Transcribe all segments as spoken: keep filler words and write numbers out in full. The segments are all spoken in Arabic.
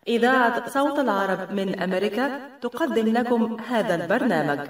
إذاعة صوت العرب من أمريكا تقدم لكم هذا البرنامج.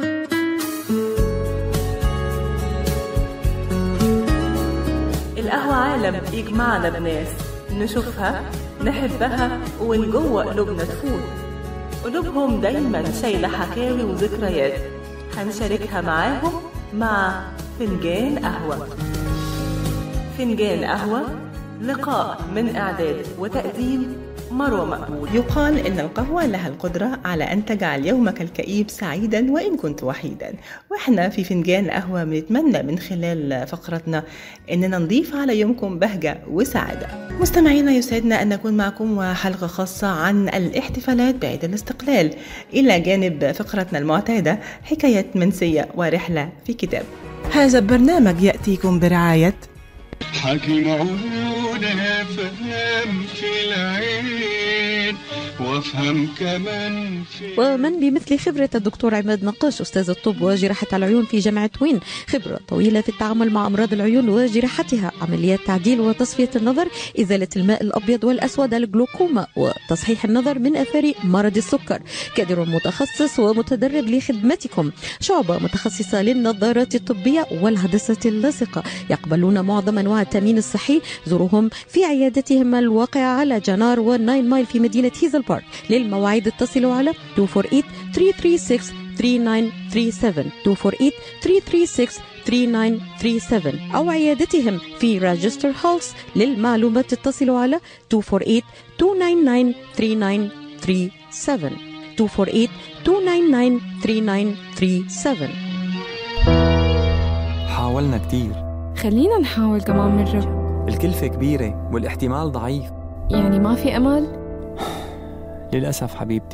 القهوة عالم يجمعنا بناس نشوفها نحبها ومن جوه قلوبنا تفوت. قلوبهم دايما شايلة حكاوي وذكريات هنشاركها معاهم مع فنجان قهوة. فنجان قهوة، لقاء من إعداد وتقديم مروة مقبول. يقال إن القهوة لها القدرة على أن تجعل يومك الكئيب سعيدا وإن كنت وحيدا، وإحنا في فنجان قهوة بنتمنى من خلال فقرتنا إننا نضيف على يومكم بهجة وسعادة. مستمعينا، يسعدنا أن نكون معكم وحلقة خاصة عن الاحتفالات بعيد الاستقلال، إلى جانب فقرتنا المعتادة حكاية منسية ورحلة في كتاب. هذا البرنامج يأتيكم برعاية حكي معونا فهم في العين وافهم كمان في. ومن بمثل خبرة الدكتور عماد نقاش أستاذ الطب وجراحة العيون في جامعة وين، خبرة طويلة في التعامل مع أمراض العيون وجراحتها، عمليات تعديل وتصفية النظر، إزالة الماء الأبيض والأسود، الجلوكوما، وتصحيح النظر من أثار مرض السكر. كادر متخصص ومتدرب لخدمتكم، شعبة متخصصة للنظارات الطبية والهندسة اللاصقة، يقبلون معظم أنواع التأمين الصحي. زورهم في عيادتهم الواقعة على جنار والناين مايل في مدينة هيزل بارك. للمواعيد اتصلوا على اثنين أربعة ثمانية ثلاثة ستة ثلاثة تسعة ثلاثة سبعة اثنين أربعة ثلاثة ثلاثة ستة ثلاثة تسعة سبعة أو عيادتهم في راجستر هولس. للمعلومات اتصلوا على اثنين أربعة ثمانية تسعة ثلاثة تسعة ثلاثة سبعة اثنين أربعة ثمانية تسعة ثلاثة تسعة ثلاثة سبعة. حاولنا كتير، خلينا نحاول كمان مرة. الكلفة كبيرة والاحتمال ضعيف. يعني ما في أمل؟ للأسف حبيبتي.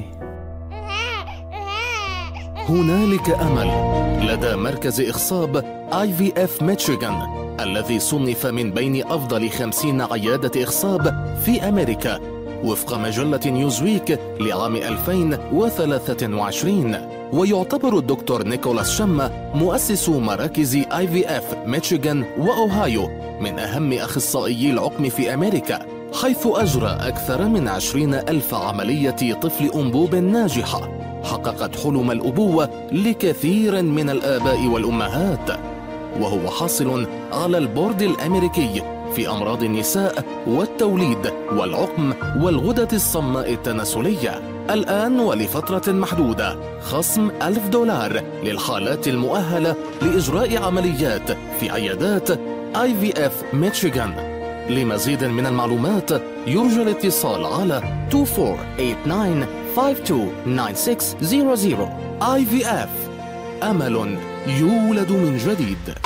هنالك أمل لدى مركز إخصاب آي في إف ميشيغان، الذي صنف من بين أفضل خمسين عيادة إخصاب في أمريكا وفق مجلة نيوزويك لعام ألفين وثلاثة وعشرين. ويعتبر الدكتور نيكولاس شما مؤسس مراكز آي في إف ميشيغان وأوهايو من أهم أخصائيي العقم في أمريكا، حيث أجرى أكثر من عشرين ألف عملية طفل أنبوب ناجحة حققت حلم الأبوة لكثير من الآباء والأمهات، وهو حاصل على البورد الأمريكي في أمراض النساء والتوليد والعقم والغدة الصماء التناسلية. الآن ولفترة محدودة خصم ألف دولار للحالات المؤهلة لإجراء عمليات في عيادات آي في إف ميشيغان. لمزيد من المعلومات يرجى الاتصال على اثنين أربعة ثمانية خمسة اثنين تسعة تسعة صفر صفر. آي في إف، أمل يولد من جديد.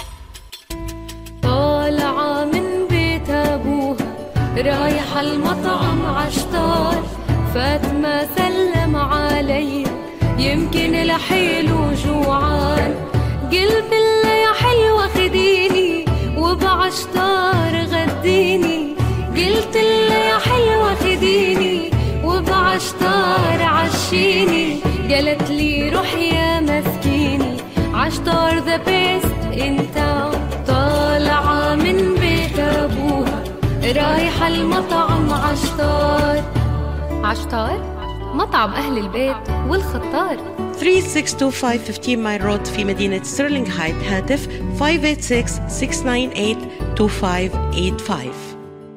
طالعة من بيت أبوها رايحة المطعم عشتار، فاطمة سلم علي يمكن لحيله جوعان، قلب الله يا حلوة خديني وبعشتار غديني، قلت له يا حلوة خديني وبعشتار عشيني، قالت لي روح يا مسكيني عشتار ذا بيست انت. طالعة من بيت أبوها رايحة المطعم عشتار. عشتار مطعم أهل البيت والخطار. ثلاثة ستة اثنين خمسة خمستاشر مايل رود في مدينة ستيرلينغ هايت. هاتف خمسة ثمانية ستة ستة تسعة ثمانية ثمانية اثنين خمسة ثمانية خمسة.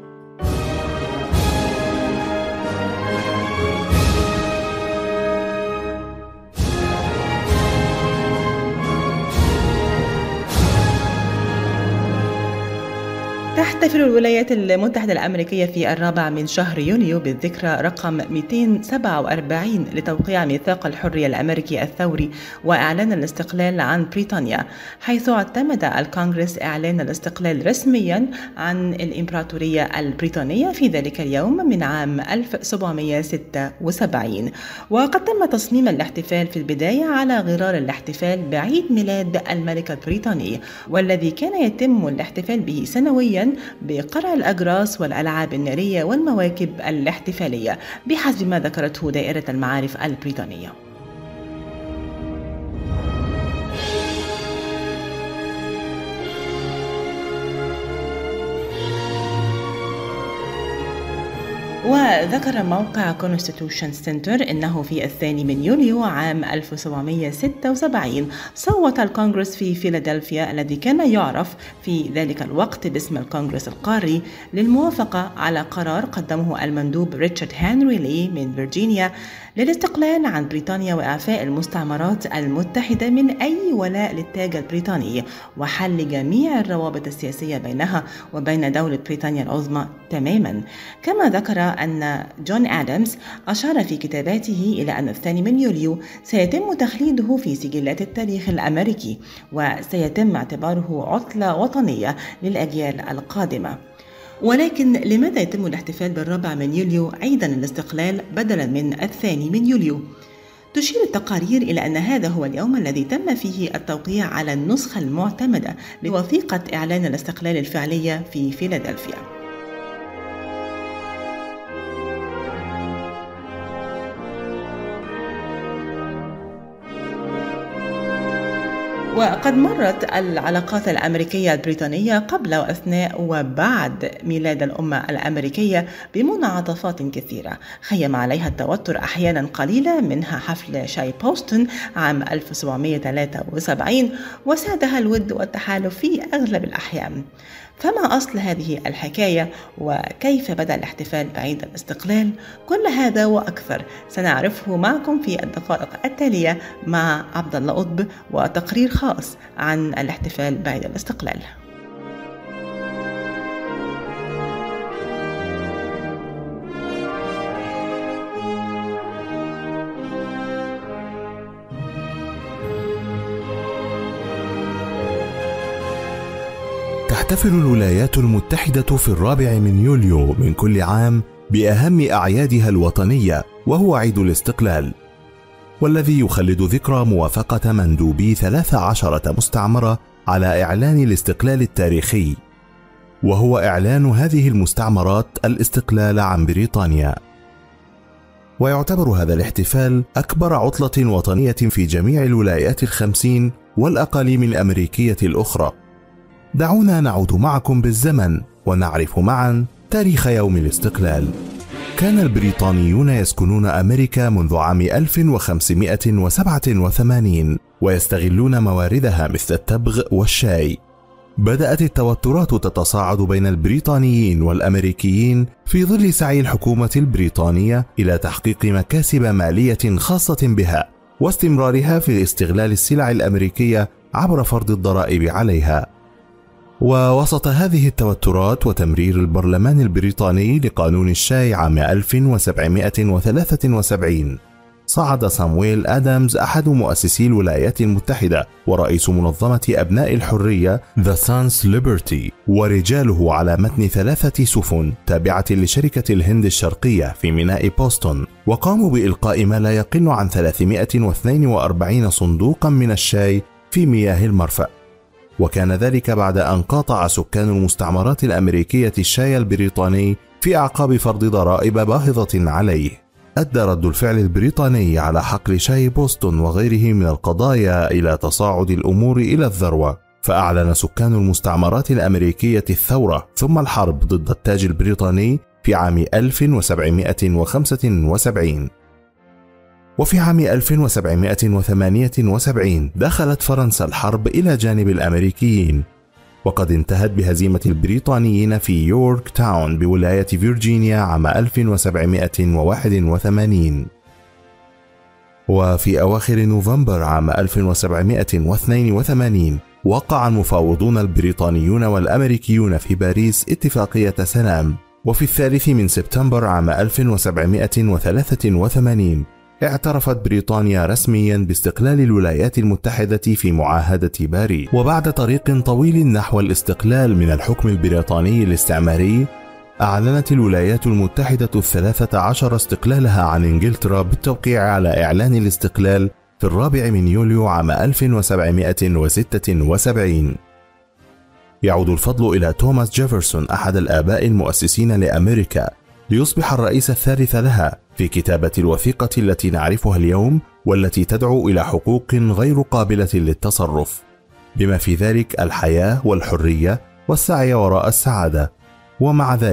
تحتفل الولايات المتحدة الأمريكية في الرابع من شهر يونيو بالذكرى رقم مئتين وسبعة وأربعين لتوقيع ميثاق الحرية الأمريكي الثوري وإعلان الاستقلال عن بريطانيا، حيث اعتمد الكونغرس إعلان الاستقلال رسميا عن الإمبراطورية البريطانية في ذلك اليوم من عام ألف وسبعمائة وستة وسبعين. وقد تم تصميم الاحتفال في البداية على غرار الاحتفال بعيد ميلاد الملك البريطاني، والذي كان يتم الاحتفال به سنويا بقرع الأجراس والألعاب النارية والمواكب الاحتفالية بحسب ما ذكرته دائرة المعارف البريطانية. وذكر موقع كونستيتيوشن سنتر أنه في الثاني من يوليو عام ألف وسبعمائة وستة وسبعين صوت الكونغرس في فيلادلفيا الذي كان يعرف في ذلك الوقت باسم الكونغرس القاري للموافقة على قرار قدمه المندوب ريتشارد هنري لي من فيرجينيا للاستقلال عن بريطانيا وإعفاء المستعمرات المتحدة من أي ولاء للتاج البريطاني وحل جميع الروابط السياسية بينها وبين دولة بريطانيا العظمى تماما. كما ذكر أن جون آدمز أشار في كتاباته إلى أن الثاني من يوليو سيتم تخليده في سجلات التاريخ الأمريكي وسيتم اعتباره عطلة وطنية للأجيال القادمة. ولكن لماذا يتم الاحتفال بالرابع من يوليو عيدا الاستقلال بدلا من الثاني من يوليو؟ تشير التقارير إلى أن هذا هو اليوم الذي تم فيه التوقيع على النسخة المعتمدة لوثيقة إعلان الاستقلال الفعلية في فيلادلفيا. وقد مرت العلاقات الأمريكية البريطانية قبل وأثناء وبعد ميلاد الأمة الأمريكية بمنعطفات كثيرة خيم عليها التوتر أحيانا قليلة، منها حفل شاي بوسطن عام ألف وسبعمائة وثلاثة وسبعين وسادها الود والتحالف في أغلب الأحيان. فما أصل هذه الحكاية وكيف بدأ الاحتفال بعيد الاستقلال؟ كل هذا وأكثر سنعرفه معكم في الدقائق التالية مع عبد الله قطب وتقرير خاص عن الاحتفال بعيد الاستقلال. تحتفل الولايات المتحدة في الرابع من يوليو من كل عام بأهم أعيادها الوطنية وهو عيد الاستقلال، والذي يخلد ذكرى موافقة مندوبي ثلاث عشرة مستعمرة على إعلان الاستقلال التاريخي، وهو إعلان هذه المستعمرات الاستقلال عن بريطانيا. ويعتبر هذا الاحتفال أكبر عطلة وطنية في جميع الولايات الخمسين والأقاليم الأمريكية الأخرى. دعونا نعود معكم بالزمن ونعرف معا تاريخ يوم الاستقلال. كان البريطانيون يسكنون أمريكا منذ عام ألف وخمسمائة وسبعة وثمانين ويستغلون مواردها مثل التبغ والشاي. بدأت التوترات تتصاعد بين البريطانيين والأمريكيين في ظل سعي الحكومة البريطانية إلى تحقيق مكاسب مالية خاصة بها واستمرارها في استغلال السلع الأمريكية عبر فرض الضرائب عليها. ووسط هذه التوترات وتمرير البرلمان البريطاني لقانون الشاي عام ألف وسبعمائة وثلاثة وسبعين، صعد سامويل آدمز أحد مؤسسي الولايات المتحدة ورئيس منظمة أبناء الحرية The Sons Liberty ورجاله على متن ثلاثة سفن تابعة لشركة الهند الشرقية في ميناء بوسطن، وقاموا بإلقاء ما لا يقل عن ثلاثمائة واثنين وأربعين صندوقا من الشاي في مياه المرفأ. وكان ذلك بعد أن قاطع سكان المستعمرات الأمريكية الشاي البريطاني في أعقاب فرض ضرائب باهظة عليه. أدى رد الفعل البريطاني على حقل شاي بوسطن وغيره من القضايا إلى تصاعد الأمور إلى الذروة، فأعلن سكان المستعمرات الأمريكية الثورة ثم الحرب ضد التاج البريطاني في عام ألف وسبعمائة وخمسة وسبعين. وفي عام ألف وسبعمائة وثمانية وسبعين دخلت فرنسا الحرب إلى جانب الأمريكيين، وقد انتهت بهزيمة البريطانيين في يورك تاون بولاية فيرجينيا عام ألف وسبعمائة وواحد وثمانين. وفي أواخر نوفمبر عام ألف وسبعمائة واثنين وثمانين وقع المفاوضون البريطانيون والأمريكيون في باريس اتفاقية سلام. وفي الثالث من سبتمبر عام ألف وسبعمائة وثلاثة وثمانين اعترفت بريطانيا رسميا باستقلال الولايات المتحدة في معاهدة باريس. وبعد طريق طويل نحو الاستقلال من الحكم البريطاني الاستعماري، أعلنت الولايات المتحدة الثلاثة عشر استقلالها عن إنجلترا بالتوقيع على إعلان الاستقلال في الرابع من يوليو عام ألف وسبعمائة وستة وسبعين. يعود الفضل إلى توماس جيفرسون أحد الآباء المؤسسين لأمريكا ليصبح الرئيس الثالث لها في كتابة الوثيقة التي نعرفها اليوم، والتي تدعو إلى حقوق غير قابلة للتصرف، بما في ذلك الحياة والحرية والسعي وراء السعادة. ومع ذلك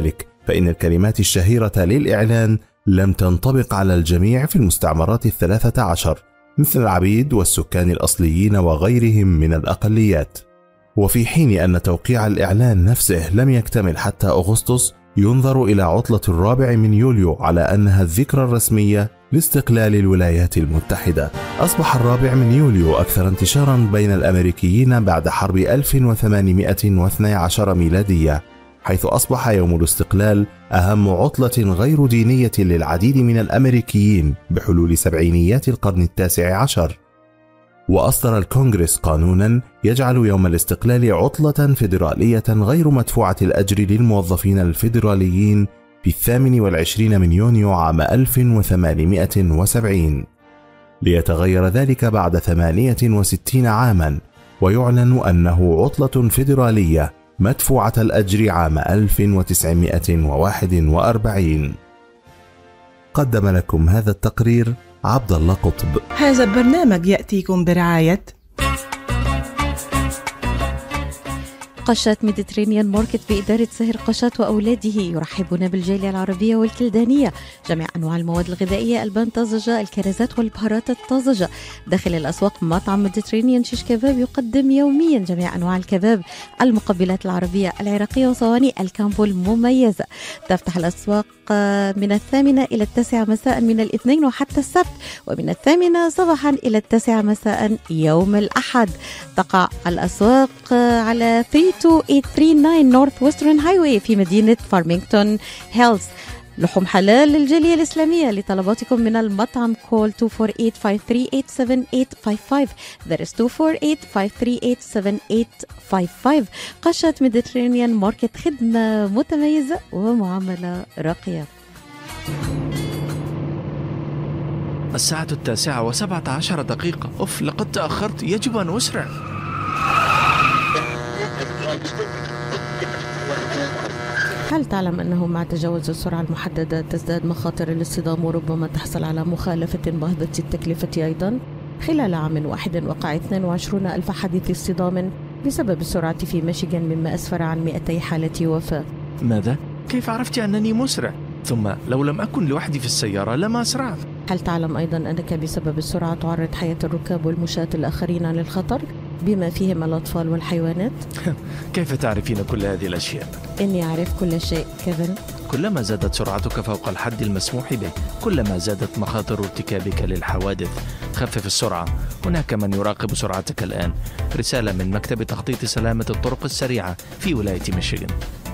فإن الكلمات الشهيرة للإعلان لم تنطبق على الجميع في المستعمرات الثلاثة عشر، مثل العبيد والسكان الأصليين وغيرهم من الأقليات. وفي حين أن توقيع الإعلان نفسه لم يكتمل حتى أغسطس، ينظر إلى عطلة الرابع من يوليو على أنها الذكرى الرسمية لاستقلال الولايات المتحدة. أصبح الرابع من يوليو أكثر انتشارا بين الأمريكيين بعد حرب ألف وثمانمائة واثني عشر ميلادية، حيث أصبح يوم الاستقلال أهم عطلة غير دينية للعديد من الأمريكيين بحلول سبعينيات القرن التاسع عشر. وأصدر الكونغرس قانونا يجعل يوم الاستقلال عطلة فيدرالية غير مدفوعة الأجر للموظفين الفيدراليين في الثامن والعشرين من يونيو عام ألف وثمانمائة وسبعين، ليتغير ذلك بعد ثمانية وستين عاما ويعلن أنه عطلة فيدرالية مدفوعة الأجر عام ألف وتسعمائة وواحد وأربعين. قدم لكم هذا التقرير عبد الله قطب. هذا البرنامج يأتيكم برعاية قشات ميديترينيان ماركت بإدارة سهر قشات وأولاده يرحبون بالجالية العربية والكلدانية. جميع أنواع المواد الغذائية، البان طازجة، الكرزات والبهارات الطازجة. داخل الأسواق مطعم ميديترينيان شيش كباب يقدم يوميا جميع أنواع الكباب، المقبلات العربية العراقية وصواني الكامبو المميزة. تفتح الأسواق من الثامنة إلى التاسعة مساء من الاثنين وحتى السبت، ومن الثامنة صباحا إلى التاسعة مساء يوم الأحد. تقع الأسواق على ثلاثة اثنين ثمانية تسعة نورث ويسترن هايواي في مدينة فارمينغتون هيلز. لحوم حلال للجالية الإسلامية. لطلباتكم من المطعم كول اثنين أربعة ثمانية خمسة ثلاثة ثمانية سبعة ثمانية خمسة خمسة. That is اثنين أربعة ثمانية خمسة ثلاثة سبعة ثمانية خمسة خمسة. قشة ميديترينيان ماركت، خدمة متميزة ومعاملة راقية. الساعة التاسعة وسبعة عشر دقيقة. أوف، لقد تأخرت، يجب أن أسرع. هل تعلم أنه مع تجاوز السرعة المحددة تزداد مخاطر الاصطدام وربما تحصل على مخالفة باهظة التكلفة أيضا؟ خلال عام واحد وقع اثنين وعشرين ألف حادث اصطدام بسبب السرعة في ميشيغان، مما أسفر عن مئتي حالة وفاة. ماذا؟ كيف عرفت أنني مسرع؟ ثم لو لم أكن لوحدي في السيارة لما أسرعت. هل تعلم أيضا أنك بسبب السرعة تعرض حياة الركاب والمشاة الآخرين للخطر بما فيهم الأطفال والحيوانات؟ كيف تعرفين كل هذه الأشياء؟ إني أعرف كل شيء كيفن. كلما زادت سرعتك فوق الحد المسموح به كلما زادت مخاطر ارتكابك للحوادث. خفف السرعة، هناك من يراقب سرعتك الآن. رسالة من مكتب تخطيط سلامة الطرق السريعة في ولاية ميشيغان.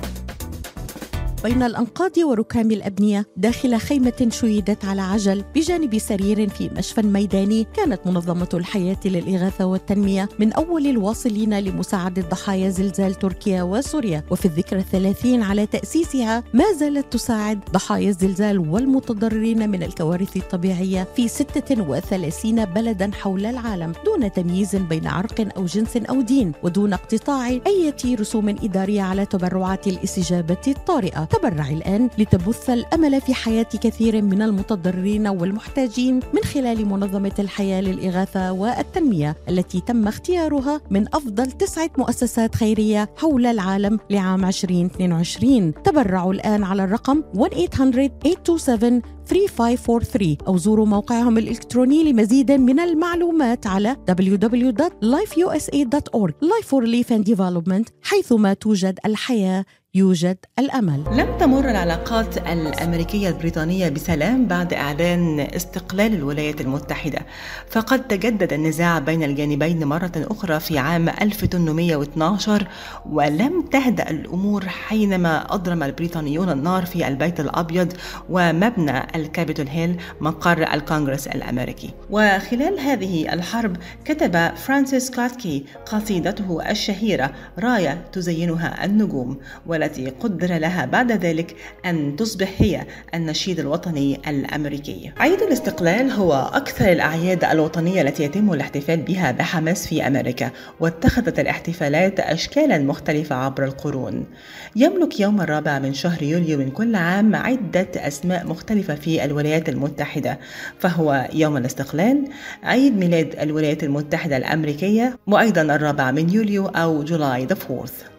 بين الأنقاض وركام الأبنية داخل خيمة شيدت على عجل بجانب سرير في مشفى ميداني، كانت منظمة الحياة للإغاثة والتنمية من أول الواصلين لمساعدة ضحايا زلزال تركيا وسوريا، وفي الذكرى الثلاثين على تأسيسها ما زالت تساعد ضحايا الزلزال والمتضررين من الكوارث الطبيعية في ستة وثلاثين بلدا حول العالم، دون تمييز بين عرق أو جنس أو دين، ودون اقتطاع أي رسوم إدارية على تبرعات الاستجابة الطارئة. تبرع الآن لتبث الأمل في حياة كثير من المتضررين والمحتاجين من خلال منظمة الحياة للإغاثة والتنمية التي تم اختيارها من أفضل تسعة مؤسسات خيرية حول العالم لعام عشرين اثنين وعشرين. تبرعوا الآن على الرقم واحد ثمانية صفر صفر ثمانية اثنين سبعة ثلاثة خمسة أربعة ثلاثة أو زوروا موقعهم الإلكتروني لمزيد من المعلومات على دبليو دبليو دبليو دوت لايف يو اس اي دوت أورج. Life for Relief and Development، حيثما توجد الحياة يوجد الأمل. لم تمر العلاقات الأمريكية البريطانية بسلام بعد إعلان استقلال الولايات المتحدة، فقد تجدد النزاع بين الجانبين مرة أخرى في عام ألف وثمانمائة واثني عشر، ولم تهدأ الأمور حينما أضرم البريطانيون النار في البيت الأبيض ومبنى الكابيتول هيل مقر الكونغرس الأمريكي. وخلال هذه الحرب كتب فرانسيس كاتكي قصيدته الشهيرة راية تزينها النجوم، والتي قدر لها بعد ذلك أن تصبح هي النشيد الوطني الأمريكي. عيد الاستقلال هو أكثر الأعياد الوطنية التي يتم الاحتفال بها بحماس في أمريكا، واتخذت الاحتفالات أشكالا مختلفة عبر القرون. يملك يوم الرابع من شهر يوليو من كل عام عدة أسماء مختلفة في الولايات المتحدة، فهو يوم الاستقلال، عيد ميلاد الولايات المتحدة الأمريكية، وأيضا الرابع من يوليو أو جولاي the fourth.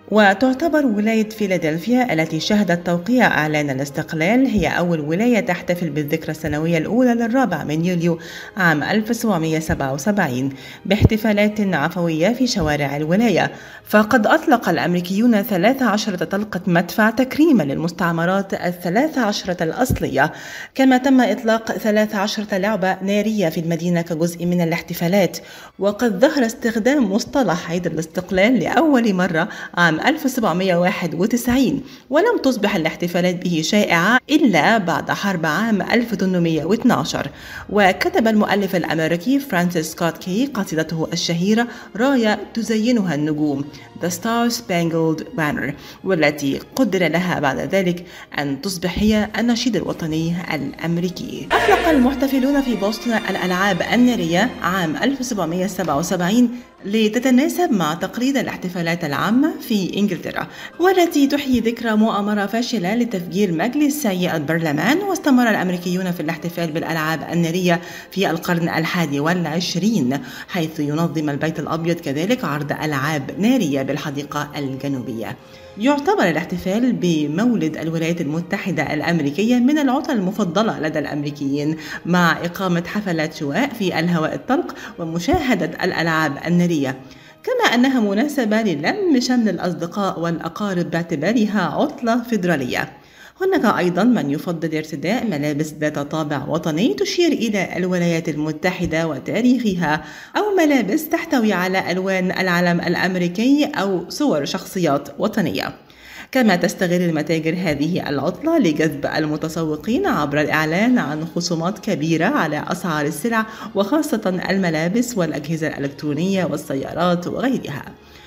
وتعتبر ولاية فيلادلفيا التي شهدت توقيع إعلان الاستقلال هي أول ولاية تحتفل بالذكرى السنوية الأولى للرابع من يوليو عام ألف وسبعمائة وسبعة وسبعين باحتفالات عفوية في شوارع الولاية. فقد أطلق الأمريكيون ثلاث عشرة طلقة مدفع تكريما للمستعمرات الثلاث عشرة الأصلية، كما تم إطلاق ثلاث عشرة لعبة نارية في المدينة كجزء من الاحتفالات. وقد ظهر استخدام مصطلح عيد الاستقلال لأول مرة عام ألف وسبعمائة وواحد وتسعين، ولم تصبح الاحتفالات به شائعة إلا بعد حرب عام ألف وثمانمائة واثني عشر. وكتب المؤلف الأمريكي فرانسيس سكوت كي قصيدته الشهيرة راية تزينها النجوم The Star Spangled Banner، والتي قدر لها بعد ذلك أن تصبح هي النشيد الوطني الأمريكي. أطلق المحتفلون في بوسطن الألعاب النارية عام ألف وسبعمائة وسبعة وسبعين لتتناسب مع تقليد الاحتفالات العامة في إنجلترا، والتي تحيي ذكرى مؤامرة فاشلة لتفجير مجلسي البرلمان. واستمر الأمريكيون في الاحتفال بالألعاب النارية في القرن الحادي والعشرين، حيث ينظم البيت الأبيض كذلك عرض ألعاب نارية بالحديقة الجنوبية. يعتبر الاحتفال بمولد الولايات المتحدة الأمريكية من العطل المفضلة لدى الأمريكيين، مع إقامة حفلات شواء في الهواء الطلق ومشاهدة الألعاب النارية، كما أنها مناسبة للم شمل الأصدقاء والأقارب باعتبارها عطلة فيدرالية. هناك أيضا من يفضل ارتداء ملابس ذات طابع وطني تشير إلى الولايات المتحدة وتاريخها، أو ملابس تحتوي على ألوان العلم الأمريكي أو صور شخصيات وطنية. كما تستغل المتاجر هذه العطلة لجذب المتسوقين عبر الإعلان عن خصومات كبيرة على أسعار السلع، وخاصة الملابس والأجهزة الإلكترونية والسيارات وغيرها.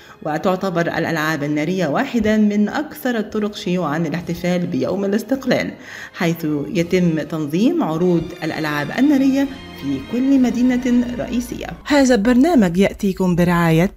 وتعتبر الألعاب النارية واحدة من أكثر الطرق شيوعاً للاحتفال بيوم الاستقلال، حيث يتم تنظيم عروض الألعاب النارية في كل مدينة رئيسية. هذا البرنامج يأتيكم برعاية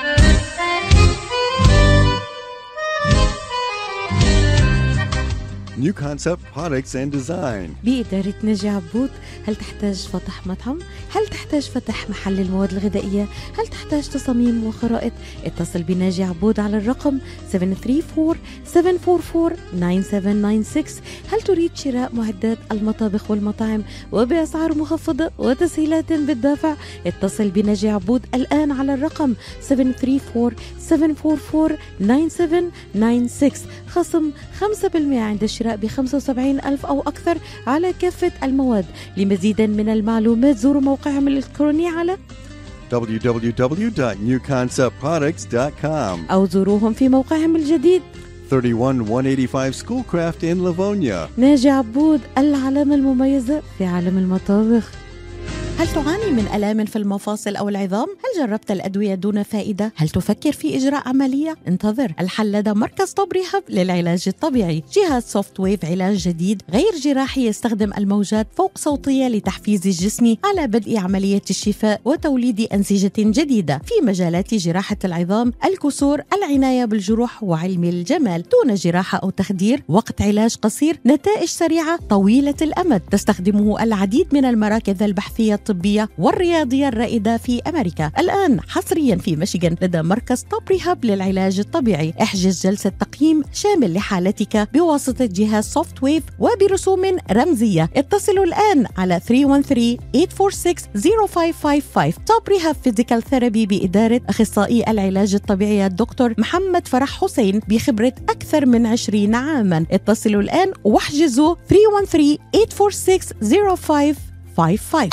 New Concept Products and Design بإدارة ناجي عبود. هل تحتاج فتح مطعم؟ هل تحتاج فتح محل المواد الغذائية؟ هل تحتاج تصاميم وخرائط؟ اتصل بناجي عبود على الرقم سبعة ثلاثة أربعة سبعة أربعة أربعة تسعة سبعة تسعة ستة. هل تريد شراء معدات المطابخ والمطاعم وبأسعار مخفضة وتسهيلات بالدافع؟ اتصل بناجي عبود الآن على الرقم سبعة ثلاثة أربعة سبعة أربعة أربعة تسعة سبعة تسعة ستة. خصم خمسة بالمئة عند الشراء ب خمسة وسبعين ألف أو أكثر على كافة المواد. لمزيد من المعلومات زوروا موقعهم الإلكتروني على دبليو دبليو دبليو دوت نيو كونسبت برودكتس دوت كوم أو زوروهم في موقعهم الجديد ثلاثة وواحد مئة وخمسة وثمانين Schoolcraft in Livonia. ناجي عبود، العلامة المميزة في عالم المطابخ. هل تعاني من آلام في المفاصل أو العظام؟ هل جربت الأدوية دون فائدة؟ هل تفكر في إجراء عملية؟ انتظر، الحل لدى مركز طب ريهاب للعلاج الطبيعي. جهاز سوفت ويف علاج جديد غير جراحي يستخدم الموجات فوق صوتية لتحفيز الجسم على بدء عملية الشفاء وتوليد أنسجة جديدة في مجالات جراحة العظام، الكسور، العناية بالجروح وعلم الجمال، دون جراحة أو تخدير. وقت علاج قصير، نتائج سريعة طويلة الأمد. تستخدمه العديد من المراكز البحثية الطبية والرياضية الرائدة في أمريكا. الآن حصريا في ميشيغان لدى مركز طب ريهاب للعلاج الطبيعي. احجز جلسة تقييم شامل لحالتك بواسطة جهاز سوفت ويف وبرسوم رمزية. اتصلوا الآن على ثلاثة واحد ثلاثة ثمانية أربعة ستة صفر خمسة خمسة خمسة. طب ريهاب فيزيكال ثيرابي بإدارة أخصائي العلاج الطبيعي الدكتور محمد فرح حسين بخبرة أكثر من عشرين عاما. اتصلوا الآن واحجزوا ثلاثة واحد ثلاثة ثمانية أربعة ستة صفر خمسة خمسة خمسة.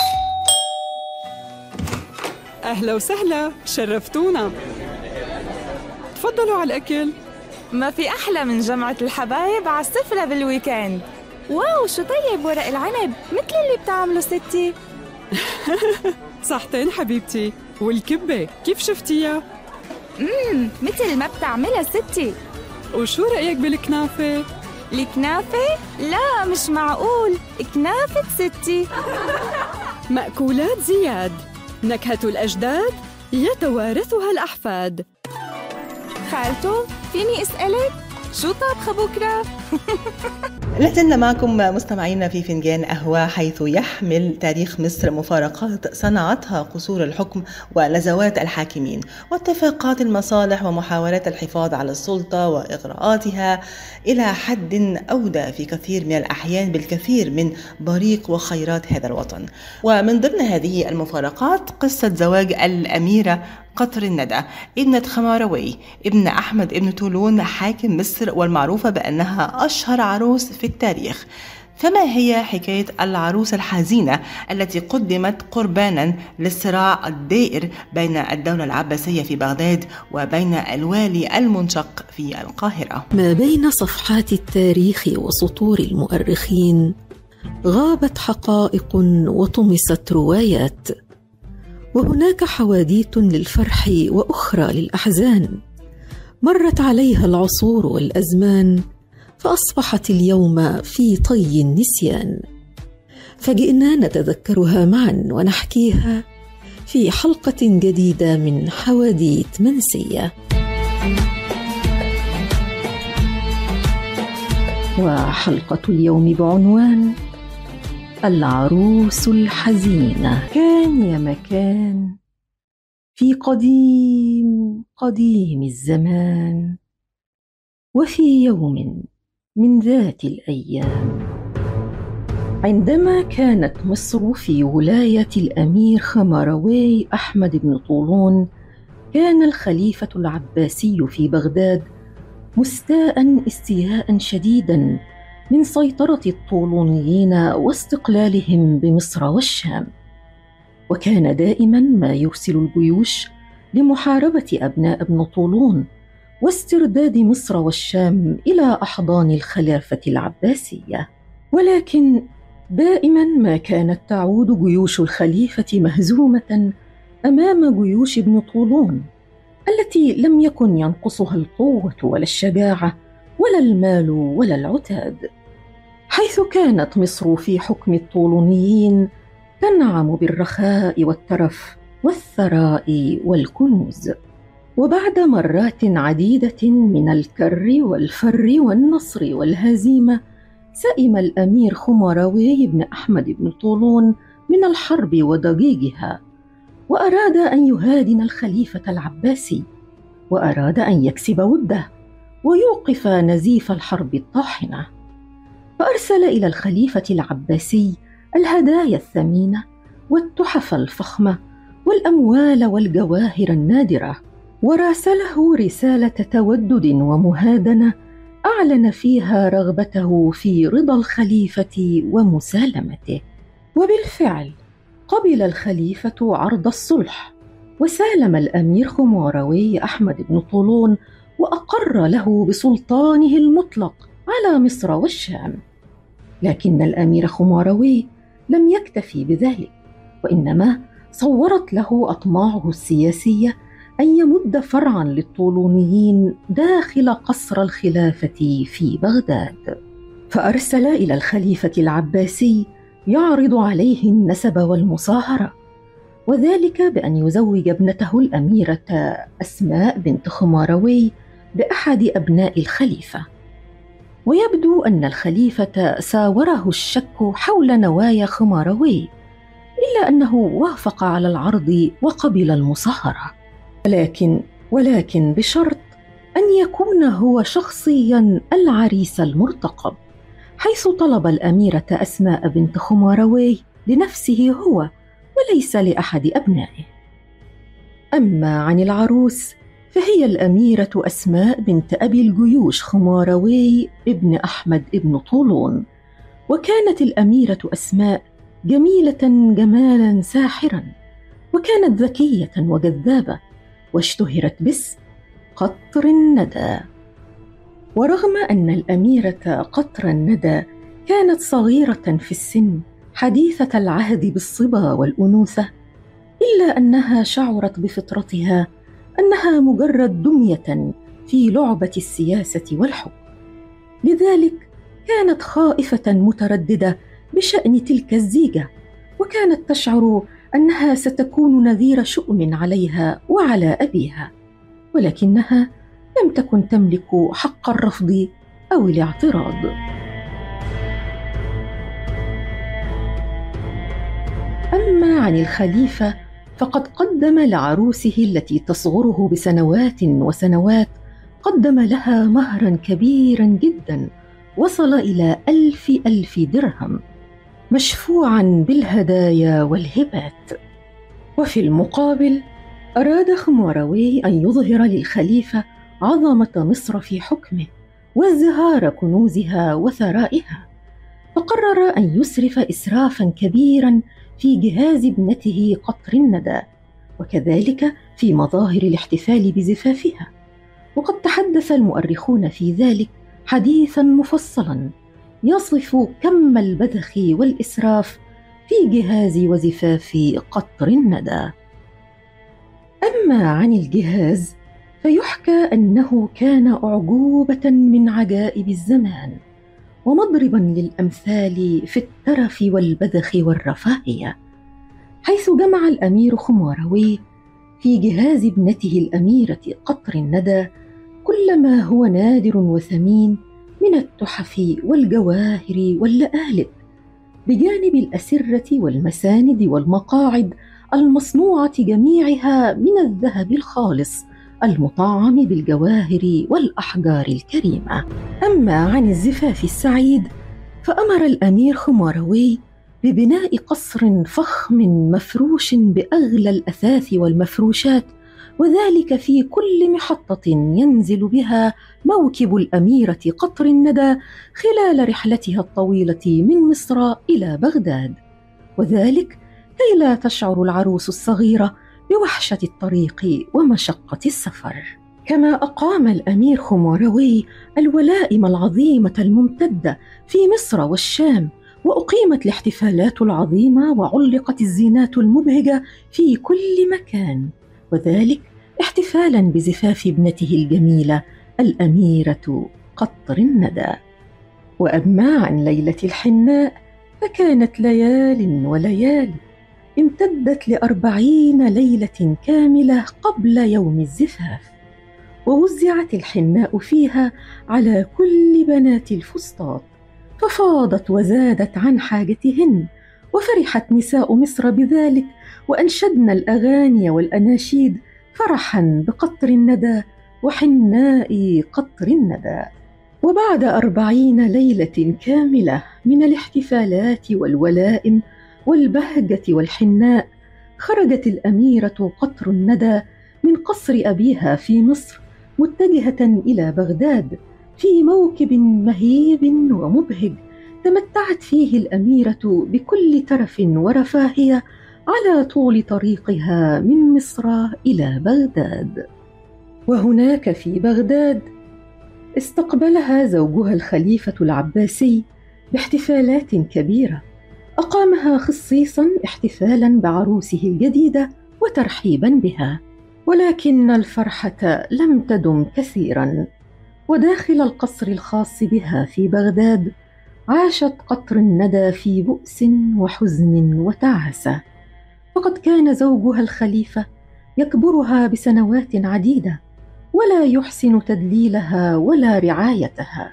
أهلا وسهلا، شرفتونا. تفضلوا على الأكل. ما في أحلى من جمعة الحبايب على السفرة بالويكند. واو، شو طيب ورق العنب مثل اللي بتعمله ستي. صحتين حبيبتي. والكبة كيف شفتيها؟ امم مثل ما بتعملها ستي. وشو رأيك بالكنافة؟ الكنافة؟ لا مش معقول، كنافة ستي. مأكولات زياد، نكهة الأجداد يتوارثها الأحفاد. خالته، فيني أسألك؟ شو طابخة بكرة؟ لازلنا معكم مستمعينا في فنجان قهوة، حيث يحمل تاريخ مصر مفارقات صنعتها قصور الحكم ونزوات الحاكمين واتفاقات المصالح ومحاولات الحفاظ على السلطة وإغراءاتها إلى حد أودى في كثير من الأحيان بالكثير من بريق وخيرات هذا الوطن. ومن ضمن هذه المفارقات قصة زواج الأميرة قطر الندى ابنة خماروي ابن أحمد ابن طولون حاكم مصر، والمعروفة بأنها أشهر عروس في التاريخ. فما هي حكاية العروس الحزينة التي قدمت قربانا للصراع الدائر بين الدولة العباسية في بغداد وبين الوالي المنشق في القاهرة؟ ما بين صفحات التاريخ وسطور المؤرخين غابت حقائق وطمست روايات، وهناك حواديت للفرح وأخرى للأحزان. مرت عليها العصور والأزمان فأصبحت اليوم في طي النسيان، فجئنا نتذكرها معا ونحكيها في حلقة جديدة من حواديت منسية. وحلقة اليوم بعنوان العروس الحزينة. كان يا مكان في قديم قديم الزمان، وفي يوم من ذات الأيام، عندما كانت مصر في ولاية الأمير خماروي أحمد بن طولون، كان الخليفة العباسي في بغداد مستاء استياء شديدا من سيطرة الطولونيين واستقلالهم بمصر والشام، وكان دائما ما يرسل الجيوش لمحاربة أبناء ابن طولون واسترداد مصر والشام إلى أحضان الخلافة العباسية. ولكن دائما ما كانت تعود جيوش الخليفة مهزومة أمام جيوش ابن طولون التي لم يكن ينقصها القوة ولا الشجاعة ولا المال ولا العتاد، حيث كانت مصر في حكم الطولونيين تنعم بالرخاء والترف والثراء والكنوز. وبعد مرات عديدة من الكر والفر والنصر والهزيمة، سئم الأمير خماروي بن أحمد بن طولون من الحرب وضجيجها، وأراد أن يهادن الخليفة العباسي، وأراد أن يكسب وده ويوقف نزيف الحرب الطاحنة، فأرسل إلى الخليفة العباسي الهدايا الثمينة والتحف الفخمة والأموال والجواهر النادرة، وراسله رسالة تودد ومهادنة أعلن فيها رغبته في رضا الخليفة ومسالمته. وبالفعل قبل الخليفة عرض الصلح، وسالم الأمير خماروي أحمد بن طولون وأقر له بسلطانه المطلق على مصر والشام. لكن الأمير خماروي لم يكتفي بذلك، وإنما صورت له أطماعه السياسية أن يمد فرعا للطولونيين داخل قصر الخلافة في بغداد، فأرسل إلى الخليفة العباسي يعرض عليه النسب والمصاهرة، وذلك بأن يزوج ابنته الأميرة أسماء بنت خماروي بأحد أبناء الخليفة. ويبدو أن الخليفة ساوره الشك حول نوايا خماروي، إلا أنه وافق على العرض وقبل المصاهرة، ولكن ولكن بشرط أن يكون هو شخصيا العريس المرتقب، حيث طلب الأميرة أسماء بنت خماروي لنفسه هو وليس لأحد أبنائه. أما عن العروس فهي الأميرة أسماء بنت أبي الجيوش خماروي ابن أحمد ابن طولون، وكانت الأميرة أسماء جميلة جمالا ساحرا، وكانت ذكية وجذابة، واشتهرت باسم قطر الندى. ورغم أن الأميرة قطر الندى كانت صغيرة في السن حديثة العهد بالصبا والأنوثة، إلا أنها شعرت بفطرتها أنها مجرد دمية في لعبة السياسة والحكم، لذلك كانت خائفة مترددة بشأن تلك الزيجة، وكانت تشعر أنها ستكون نذير شؤم عليها وعلى أبيها، ولكنها لم تكن تملك حق الرفض أو الاعتراض. أما عن الخليفة فقد قدم لعروسه التي تصغره بسنوات وسنوات، قدم لها مهرا كبيرا جدا وصل إلى ألف ألف درهم مشفوعا بالهدايا والهبات. وفي المقابل أراد خموروي أن يظهر للخليفة عظمة مصر في حكمه وازدهار كنوزها وثرائها، فقرر أن يسرف إسرافا كبيرا في جهاز ابنته قطر الندى، وكذلك في مظاهر الاحتفال بزفافها. وقد تحدث المؤرخون في ذلك حديثا مفصلا يصف كم البذخ والإسراف في جهاز وزفاف قطر الندى. أما عن الجهاز فيحكى أنه كان أعجوبة من عجائب الزمان ومضربا للأمثال في الترف والبذخ والرفاهية، حيث جمع الأمير خموروي في جهاز ابنته الأميرة قطر الندى كل ما هو نادر وثمين من التحف والجواهر واللآلئ، بجانب الأسرة والمساند والمقاعد المصنوعة جميعها من الذهب الخالص المطعم بالجواهر والأحجار الكريمة. أما عن الزفاف السعيد فأمر الأمير خموروي ببناء قصر فخم مفروش بأغلى الأثاث والمفروشات، وذلك في كل محطة ينزل بها موكب الأميرة قطر الندى خلال رحلتها الطويلة من مصر إلى بغداد، وذلك كي لا تشعر العروس الصغيرة بوحشة الطريق ومشقة السفر. كما أقام الأمير خموروي الولائم العظيمة الممتدة في مصر والشام، وأقيمت الاحتفالات العظيمة وعلقت الزينات المبهجة في كل مكان، وذلك احتفالا بزفاف ابنته الجميلة الأميرة قطر الندى. وأما عن ليلة الحناء فكانت ليال وليالي امتدت لأربعين ليلة كاملة قبل يوم الزفاف، ووزعت الحناء فيها على كل بنات الفسطاط، ففاضت وزادت عن حاجتهن، وفرحت نساء مصر بذلك وأنشدن الأغاني والأناشيد فرحا بقطر الندى وحناء قطر الندى. وبعد أربعين ليلة كاملة من الاحتفالات والولائم والبهجة والحناء، خرجت الأميرة قطر الندى من قصر أبيها في مصر متجهة إلى بغداد في موكب مهيب ومبهج تمتعت فيه الأميرة بكل ترف ورفاهية على طول طريقها من مصر إلى بغداد. وهناك في بغداد استقبلها زوجها الخليفة العباسي باحتفالات كبيرة أقامها خصيصا احتفالا بعروسه الجديدة وترحيبا بها، ولكن الفرحة لم تدم كثيرا. وداخل القصر الخاص بها في بغداد عاشت قطر الندى في بؤس وحزن وتعاسة، فقد كان زوجها الخليفة يكبرها بسنوات عديدة ولا يحسن تدليلها ولا رعايتها،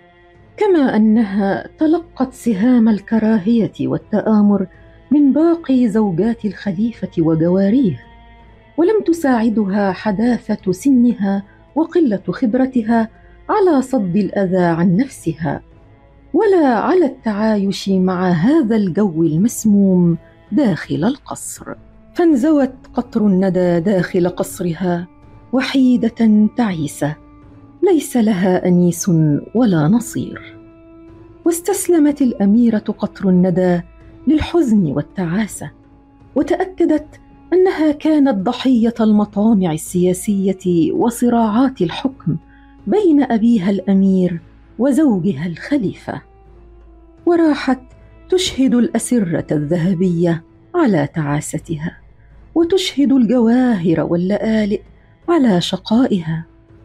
كما أنها تلقت سهام الكراهية والتآمر من باقي زوجات الخليفة وجواريه، ولم تساعدها حداثة سنها وقلة خبرتها على صد الأذى عن نفسها ولا على التعايش مع هذا الجو المسموم داخل القصر. فانزوت قطر الندى داخل قصرها وحيدة تعيسة ليس لها أنيس ولا نصير. واستسلمت الأميرة قطر الندى للحزن والتعاسة، وتأكدت أنها كانت ضحية المطامع السياسية وصراعات الحكم بين أبيها الأمير وزوجها الخليفة، وراحت تشهد الأسرة الذهبية على تعاستها، وتشهد الجواهر واللآلئ على شقائها،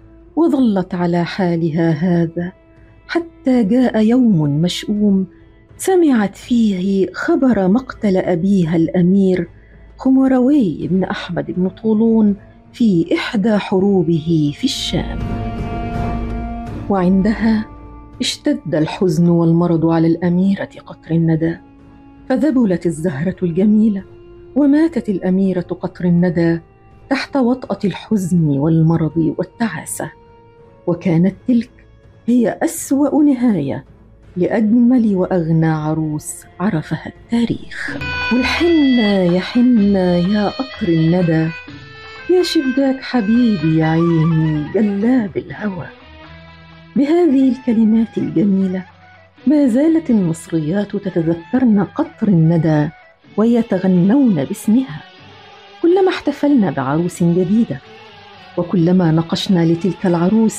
وظلت على حالها هذا حتى جاء يوم مشؤوم سمعت فيه خبر مقتل أبيها الأمير خموروي بن أحمد بن طولون في إحدى حروبه في الشام. وعندها اشتد الحزن والمرض على الأميرة قطر الندى، فذبلت الزهرة الجميلة وماتت الأميرة قطر الندى تحت وطأة الحزن والمرض والتعاسة. وكانت تلك هي أسوأ نهاية لأجمل وأغنى عروس عرفها التاريخ. والحنة يا حنة يا قطر الندى، يا شباك حبيبي يا عيني جلاب الهوى. بهذه الكلمات الجميلة ما زالت المصريات تتذكرن قطر الندى ويتغنون باسمها كلما احتفلنا بعروس جديدة، وكلما نقشنا لتلك العروس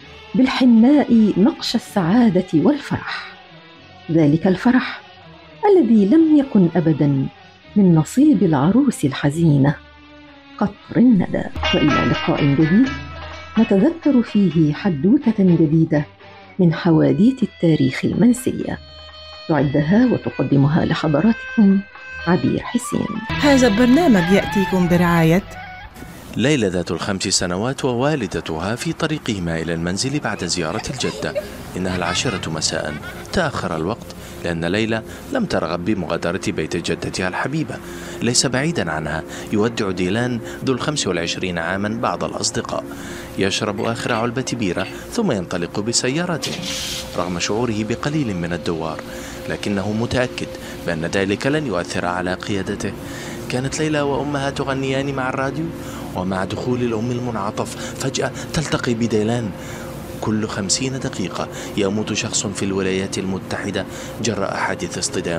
بالحناء نقش السعادة والفرح، ذلك الفرح الذي لم يكن أبدا من نصيب العروس الحزينة قطر الندى. وإلى لقاء جديد نتذكر فيه حدوتة جديدة من حواديت التاريخ المنسية، تعدها وتقدمها لحضراتكم عبير حسين. هذا البرنامج يأتيكم برعاية ليلى ذات الخمس سنوات ووالدتها في طريقهما إلى المنزل بعد زيارة الجدة. إنها العاشرة مساء. تأخر الوقت لأن ليلى لم ترغب بمغادرة بيت جدتها الحبيبة. ليس بعيدا عنها يودع ديلان ذو الخمس والعشرين عاما بعض الأصدقاء، يشرب آخر علبة بيرة ثم ينطلق بسيارته رغم شعوره بقليل من الدوار، لكنه متأكد بأن ذلك لن يؤثر على قيادته. كانت ليلى وأمها تغنيان مع الراديو، ومع دخول الأم المنعطف فجأة تلتقي بديلان. كل خمسين دقيقة يموت شخص في الولايات المتحدة جراء حادث اصطدام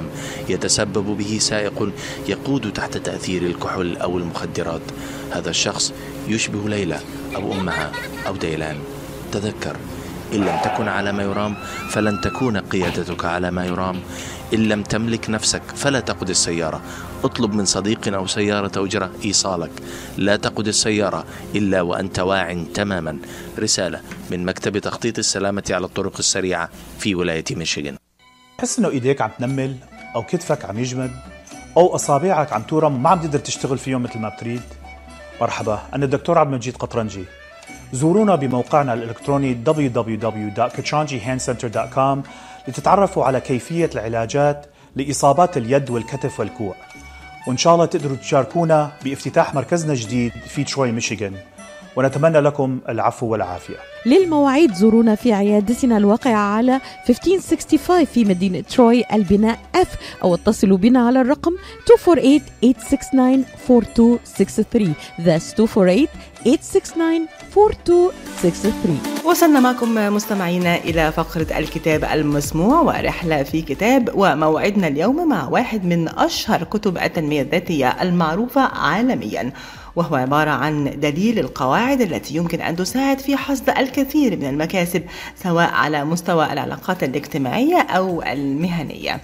يتسبب به سائق يقود تحت تأثير الكحول أو المخدرات. هذا الشخص يشبه ليلى أو أمها أو ديلان. تذكر، إن لم تكن على ما يرام فلن تكون قيادتك على ما يرام. إن لم تملك نفسك فلا تقود السيارة. اطلب من صديق أو سيارة أجرة إيصالك. لا تقود السيارة إلا وأنت واع تماما. رسالة من مكتب تخطيط السلامة على الطرق السريعة في ولاية ميشيغان. تحس إنه إيديك عم تنمل أو كتفك عم يجمد أو أصابعك عم تورم وما عم تقدر تشتغل فيهم مثل ما بتريد؟ مرحبا، أنا الدكتور عبد المجيد قطرنجي. زورونا بموقعنا الإلكتروني دبليو دبليو دبليو دوت كاترانجي هاند سنتر دوت كوم لتتعرفوا على كيفية العلاجات لإصابات اليد والكتف والكوع، وإن شاء الله تقدروا تشاركونا بافتتاح مركزنا الجديد في تروي ميشيغان، ونتمنى لكم العفو والعافية. للمواعيد زورونا في عيادتنا الواقعة على خمسة عشر خمسة وستين في مدينة تروي البناء F، أو اتصلوا بنا على الرقم اثنين أربعة ثمانية ستة تسعة أربعة اثنين ستة ثلاثة. That's اثنين أربعة ثمانية ستة تسعة أربعة اثنين ستة ثلاثة. وصلنا معكم مستمعينا إلى فقرة الكتاب المسموع ورحلة في كتاب، وموعدنا اليوم مع واحد من أشهر كتب التنمية الذاتية المعروفة عالميا، وهو عبارة عن دليل القواعد التي يمكن أن تساعد في حصد الكثير من المكاسب سواء على مستوى العلاقات الاجتماعية أو المهنية.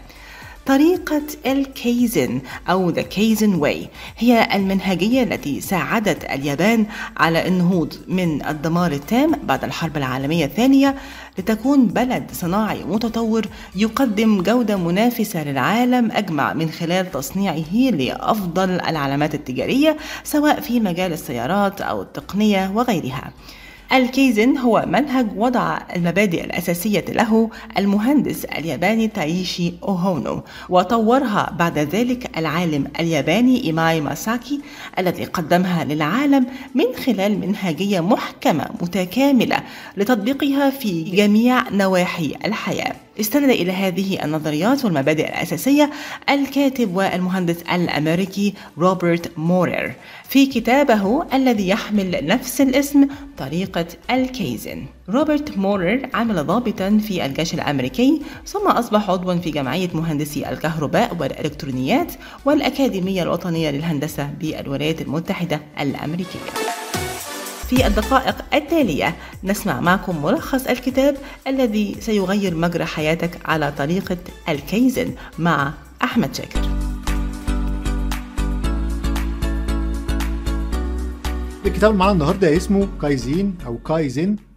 طريقة الكايزن أو The Kaizen Way هي المنهجية التي ساعدت اليابان على النهوض من الدمار التام بعد الحرب العالمية الثانية لتكون بلد صناعي متطور يقدم جودة منافسة للعالم أجمع من خلال تصنيعه لأفضل العلامات التجارية سواء في مجال السيارات أو التقنية وغيرها. الكايزن هو منهج وضع المبادئ الأساسية له المهندس الياباني تايشي أوهونو، وطورها بعد ذلك العالم الياباني إيماي ماساكي الذي قدمها للعالم من خلال منهجية محكمة متكاملة لتطبيقها في جميع نواحي الحياة. استند إلى هذه النظريات والمبادئ الأساسية الكاتب والمهندس الأمريكي روبرت مورير في كتابه الذي يحمل نفس الاسم طريقة الكايزن. روبرت مورير عمل ضابطا في الجيش الأمريكي، ثم أصبح عضوا في جمعية مهندسي الكهرباء والإلكترونيات والأكاديمية الوطنية للهندسة بالولايات المتحدة الأمريكية. في الدقائق التالية نسمع معكم ملخص الكتاب الذي سيغير مجرى حياتك على طريقة الكايزن مع أحمد شاكر. الكتاب معنا النهاردة اسمه كايزين أو كايزن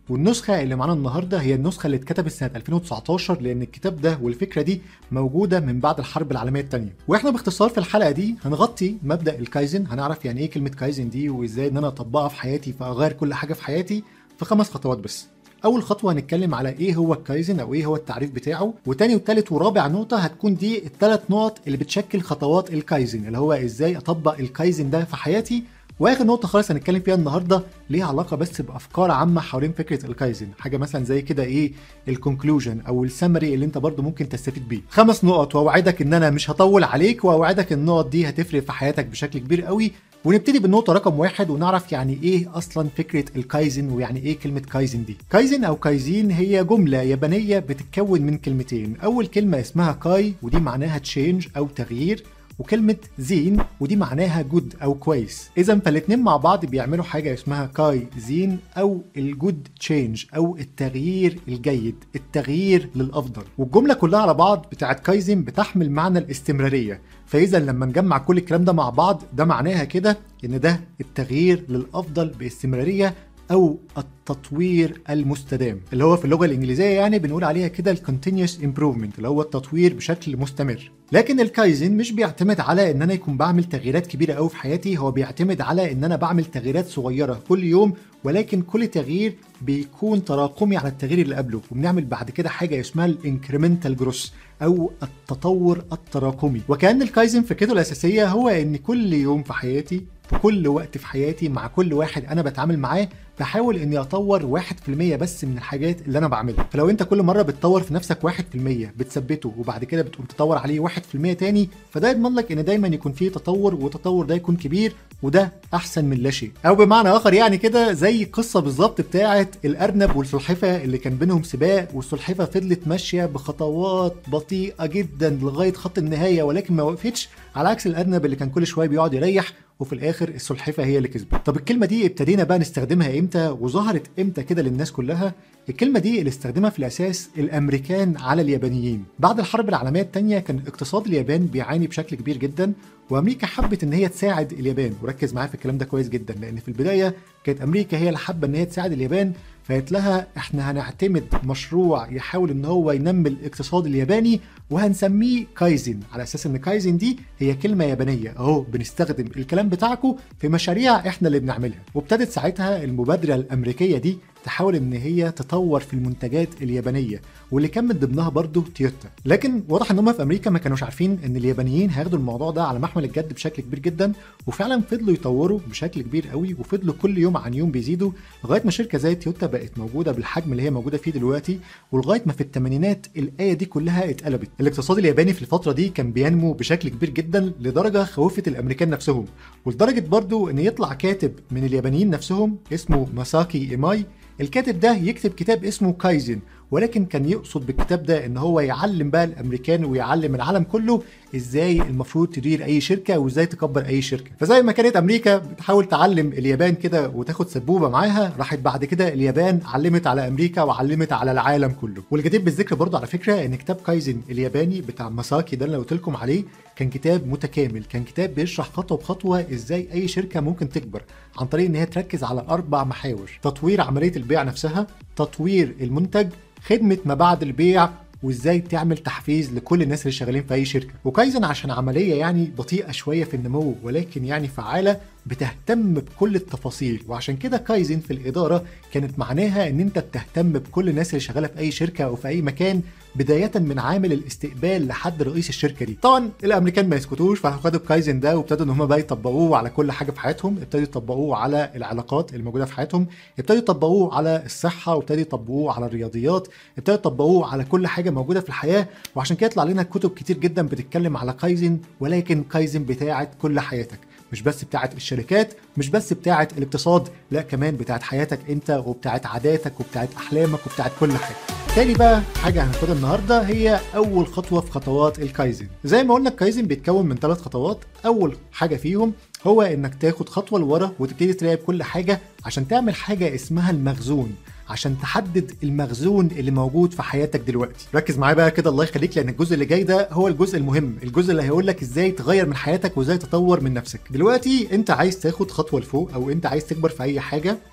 والنسخة اللي معانا النهاردة هي النسخة اللي اتكتبت سنة ألفين وتسعتاشر، لأن الكتاب ده والفكرة دي موجودة من بعد الحرب العالمية الثانية. واحنا باختصار في الحلقة دي هنغطي مبدأ الكايزن، هنعرف يعني ايه كلمة كايزن دي وازاي ان انا اطبقها في حياتي فاغير كل حاجة في حياتي في خمس خطوات بس. اول خطوه هنتكلم على ايه هو الكايزن او ايه هو التعريف بتاعه، وتاني وتالت ورابع نقطه هتكون دي الثلاث نقط اللي بتشكل خطوات الكايزن، اللي هو ازاي اطبق الكايزن ده في حياتي. واخر نقطه خالص هنتكلم فيها النهارده ليها علاقه بس بافكار عامه حوالين فكره الكايزن، حاجه مثلا زي كده ايه الكونكلوجن او السمري اللي انت برضو ممكن تستفيد بيه. خمس نقط واوعدك ان انا مش هطول عليك، واوعدك النقط دي هتفرق في حياتك بشكل كبير قوي. ونبتدي بالنقطة رقم واحد ونعرف يعني ايه اصلا فكرة الكايزن ويعني ايه كلمة كايزن دي. كايزن او كايزين هي جملة يابانية بتتكون من كلمتين، اول كلمة اسمها كاي ودي معناها تشينج او تغيير، وكلمة زين ودي معناها جود او كويس. اذا فالاتنين مع بعض بيعملوا حاجة اسمها كاي زين او الجود تشينج او التغيير الجيد، التغيير للافضل. والجملة كلها على بعض بتاعت كايزن بتحمل معنى الاستمرارية، فاذا لما نجمع كل الكلام ده مع بعض ده معناها كده ان ده التغيير للافضل باستمرارية او التطوير المستدام، اللي هو في اللغه الانجليزيه يعني بنقول عليها كده الكونتينيوس امبروفمنت، اللي هو التطوير بشكل مستمر. لكن الكايزن مش بيعتمد على ان انا يكون بعمل تغييرات كبيره قوي في حياتي، هو بيعتمد على ان انا بعمل تغييرات صغيره كل يوم، ولكن كل تغيير بيكون تراكمي على التغيير اللي قبله، وبنعمل بعد كده حاجه اسمها الانكريمنتال جروث او التطور التراكمي. وكأن الكايزن فكرته الاساسيه هو ان كل يوم في حياتي في كل وقت في حياتي مع كل واحد انا بتعامل معاه بحاول اني اطور واحد في المية بس من الحاجات اللي انا بعملها. فلو انت كل مره بتطور في نفسك واحد في المية بتثبته وبعد كده بتقوم تطور عليه واحد في المية تاني، فده يضمن لك ان دايما يكون فيه تطور، والتطور ده يكون كبير، وده احسن من لا شيء. او بمعنى اخر يعني كده زي قصه بالظبط بتاعه الارنب والسلحفاه اللي كان بينهم سباق، والسلحفاه فضلت ماشيه بخطوات بطيئه جدا لغايه خط النهايه ولكن ما وقفتش، على عكس الارنب اللي كان كل شويه بيقعد يريح، وفي الاخر السلحفاه هي اللي كسبت. طب الكلمه دي ابتدينا بقى نستخدمها امتى وظهرت امتى كده للناس كلها؟ الكلمه دي اللي استخدمها في الاساس الامريكان على اليابانيين. بعد الحرب العالميه الثانيه كان اقتصاد اليابان بيعاني بشكل كبير جدا، وامريكا حبت ان هي تساعد اليابان، وركز معايا في الكلام ده كويس جدا، لان في البدايه كانت امريكا هي اللي حابه ان هي تساعد اليابان، فقالت لها احنا هنعتمد مشروع يحاول ان هو ينمي الاقتصاد الياباني وهنسميه كايزن، على اساس ان كايزن دي هي كلمه يابانيه اهو بنستخدم الكلام بتاعكم في مشاريع احنا اللي بنعملها. وابتدت ساعتها المبادره الامريكيه دي تحاول ان هي تطور في المنتجات اليابانيه، واللي كان من ضمنها برضه تويوتا. لكن واضح ان هم في امريكا ما كانوش عارفين ان اليابانيين هياخدوا الموضوع ده على محمل الجد بشكل كبير جدا، وفعلا فضلوا يطوروا بشكل كبير قوي، وفضلوا كل يوم عن يوم بيزيدوا لغايه ما شركه زي تويوتا بقت موجوده بالحجم اللي هي موجوده فيه دلوقتي، ولغايه ما في الثمانينات الايه دي كلها اتقلبت. الاقتصاد الياباني في الفتره دي كان بينمو بشكل كبير جدا لدرجه خوفت الامريكان نفسهم، ولدرجه برضه ان يطلع كاتب من اليابانيين نفسهم اسمه ماساكي ايماي. الكاتب ده يكتب كتاب اسمه كايزن، ولكن كان يقصد بالكتاب ده ان هو يعلم بقى الامريكان ويعلم العالم كله ازاي المفروض تدير اي شركه وازاي تكبر اي شركه. فزي ما كانت امريكا بتحاول تعلم اليابان كده وتاخد سبوبه معاها، راحت بعد كده اليابان علمت على امريكا وعلمت على العالم كله. والجدير بالذكر برضه على فكره ان كتاب كايزن الياباني بتاع ماساكي ده اللي قلت لكم عليه كان كتاب متكامل، كان كتاب بيشرح خطوه بخطوه ازاي اي شركه ممكن تكبر عن طريق ان هي تركز على اربع محاور: تطوير عمليه البيع نفسها، تطوير المنتج، خدمة ما بعد البيع، وازاي تعمل تحفيز لكل الناس اللي شغالين في اي شركه. وكايزن عشان عمليه يعني بطيئه شويه في النمو ولكن يعني فعاله، بتهتم بكل التفاصيل. وعشان كده كايزن في الاداره كانت معناها ان انت بتهتم بكل الناس اللي شغاله في اي شركه او في اي مكان، بدايه من عامل الاستقبال لحد رئيس الشركه دي. طبعا الامريكان ما يسكتوش، فخدوا كايزن ده وابتدوا ان هم بقى يطبقوه على كل حاجه في حياتهم، ابتدوا يطبقوه على العلاقات الموجوده في حياتهم، ابتدوا يطبقوه على الصحه، وابتدوا يطبقوه على الرياضيات، ابتدوا يطبقوه على كل حاجه موجوده في الحياه. وعشان كده يطلع لنا كتب كتير جدا بتتكلم على كايزن، ولكن كايزن بتاعت كل حياتك، مش بس بتاعت الشركات، مش بس بتاعت الاقتصاد، لا كمان بتاعت حياتك انت وبتاعت عاداتك وبتاعت احلامك وبتاعت كل حاجه. تاني بقى حاجه هناخدها النهارده هي اول خطوه في خطوات الكايزن. زي ما قلنا الكايزن بيتكون من ثلاث خطوات. اول حاجه فيهم هو انك تاخد خطوه لورا وتبتدي تراقب كل حاجه عشان تعمل حاجه اسمها المخزون، عشان تحدد المخزون اللي موجود في حياتك دلوقتي. ركز معايا بقى كده الله يخليك، لان الجزء اللي جاي ده هو الجزء المهم، الجزء اللي هيقول لك ازاي تغير من حياتك وازاي تطور من نفسك. دلوقتي انت عايز تاخد خطوه لفوق او انت عايز تكبر في اي حاجه،